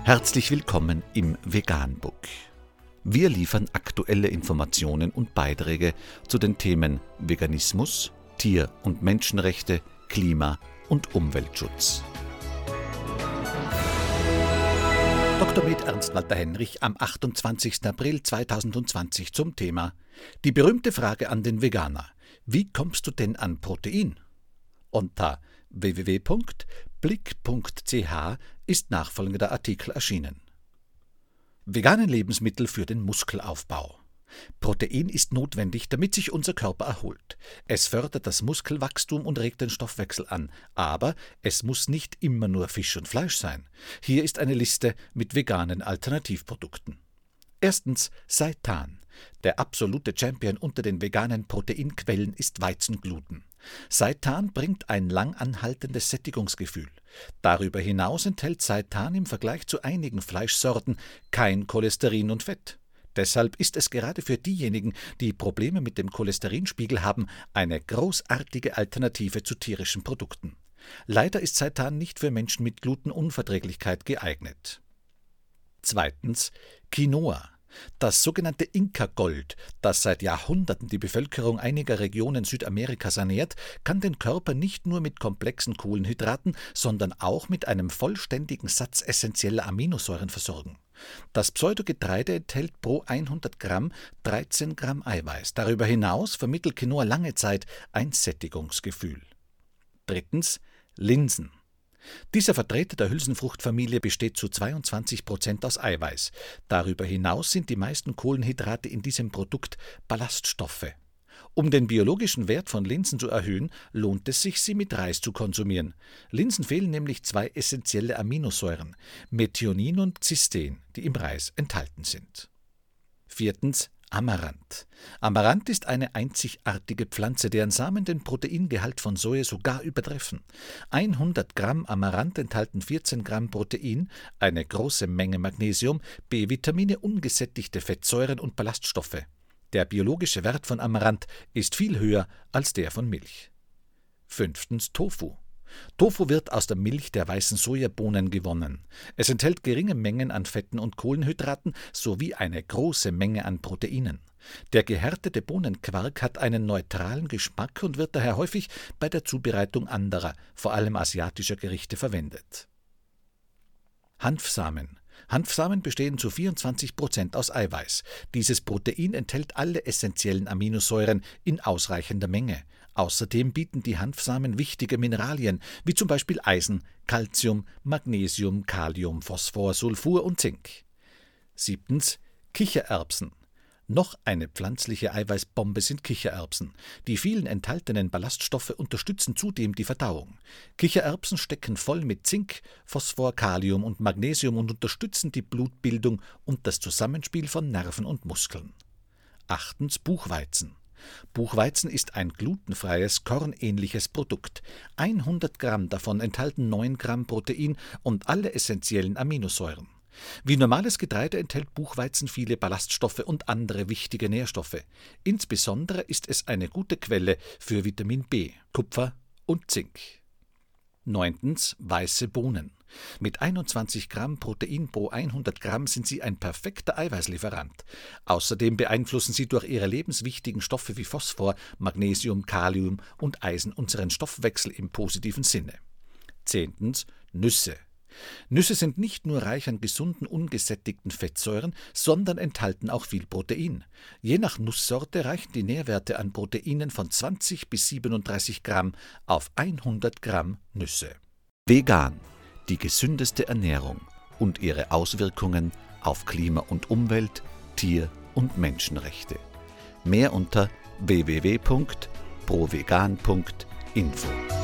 Herzlich willkommen im Veganbook. Wir liefern aktuelle Informationen und Beiträge zu den Themen Veganismus, Tier- und Menschenrechte, Klima- und Umweltschutz. Dr. med. Ernst Walter Henrich am 28. April 2020 zum Thema: Die berühmte Frage an den Veganer: Wie kommst du denn an Protein? Unter www.blick.ch ist nachfolgender Artikel erschienen. Vegane Lebensmittel für den Muskelaufbau. Protein ist notwendig, damit sich unser Körper erholt. Es fördert das Muskelwachstum und regt den Stoffwechsel an, aber es muss nicht immer nur Fisch und Fleisch sein. Hier ist eine Liste mit veganen Alternativprodukten. Erstens Seitan. Der absolute Champion unter den veganen Proteinquellen ist Weizengluten. Seitan bringt ein lang anhaltendes Sättigungsgefühl. Darüber hinaus enthält Seitan im Vergleich zu einigen Fleischsorten kein Cholesterin und Fett. Deshalb ist es gerade für diejenigen, die Probleme mit dem Cholesterinspiegel haben, eine großartige Alternative zu tierischen Produkten. Leider ist Seitan nicht für Menschen mit Glutenunverträglichkeit geeignet. Zweitens Quinoa. Das sogenannte Inka-Gold, das seit Jahrhunderten die Bevölkerung einiger Regionen Südamerikas ernährt, kann den Körper nicht nur mit komplexen Kohlenhydraten, sondern auch mit einem vollständigen Satz essentieller Aminosäuren versorgen. Das Pseudogetreide enthält pro 100 Gramm 13 Gramm Eiweiß. Darüber hinaus vermittelt Quinoa lange Zeit ein Sättigungsgefühl. Drittens Linsen. Dieser Vertreter der Hülsenfruchtfamilie besteht zu 22% aus Eiweiß. Darüber hinaus sind die meisten Kohlenhydrate in diesem Produkt Ballaststoffe. Um den biologischen Wert von Linsen zu erhöhen, lohnt es sich, sie mit Reis zu konsumieren. Linsen fehlen nämlich zwei essentielle Aminosäuren, Methionin und Cystein, die im Reis enthalten sind. Viertens Amaranth. Amaranth ist eine einzigartige Pflanze, deren Samen den Proteingehalt von Soja sogar übertreffen. 100 Gramm Amaranth enthalten 14 Gramm Protein, eine große Menge Magnesium, B-Vitamine, ungesättigte Fettsäuren und Ballaststoffe. Der biologische Wert von Amaranth ist viel höher als der von Milch. Fünftens Tofu. Tofu wird aus der Milch der weißen Sojabohnen gewonnen. Es enthält geringe Mengen an Fetten und Kohlenhydraten sowie eine große Menge an Proteinen. Der gehärtete Bohnenquark hat einen neutralen Geschmack und wird daher häufig bei der Zubereitung anderer, vor allem asiatischer Gerichte verwendet. Hanfsamen. Hanfsamen bestehen zu 24% aus Eiweiß. Dieses Protein enthält alle essentiellen Aminosäuren in ausreichender Menge. Außerdem bieten die Hanfsamen wichtige Mineralien, wie zum Beispiel Eisen, Calcium, Magnesium, Kalium, Phosphor, Sulfur und Zink. Siebtens Kichererbsen. Noch eine pflanzliche Eiweißbombe sind Kichererbsen. Die vielen enthaltenen Ballaststoffe unterstützen zudem die Verdauung. Kichererbsen stecken voll mit Zink, Phosphor, Kalium und Magnesium und unterstützen die Blutbildung und das Zusammenspiel von Nerven und Muskeln. Achtens Buchweizen. Buchweizen ist ein glutenfreies, kornähnliches Produkt. 100 Gramm davon enthalten 9 Gramm Protein und alle essentiellen Aminosäuren. Wie normales Getreide enthält Buchweizen viele Ballaststoffe und andere wichtige Nährstoffe. Insbesondere ist es eine gute Quelle für Vitamin B, Kupfer und Zink. Neuntens weiße Bohnen. Mit 21 Gramm Protein pro 100 Gramm sind sie ein perfekter Eiweißlieferant. Außerdem beeinflussen sie durch ihre lebenswichtigen Stoffe wie Phosphor, Magnesium, Kalium und Eisen unseren Stoffwechsel im positiven Sinne. Zehntens Nüsse. Nüsse sind nicht nur reich an gesunden, ungesättigten Fettsäuren, sondern enthalten auch viel Protein. Je nach Nusssorte reichen die Nährwerte an Proteinen von 20 bis 37 Gramm auf 100 Gramm Nüsse. Vegan, die gesündeste Ernährung und ihre Auswirkungen auf Klima und Umwelt, Tier- und Menschenrechte. Mehr unter www.provegan.info.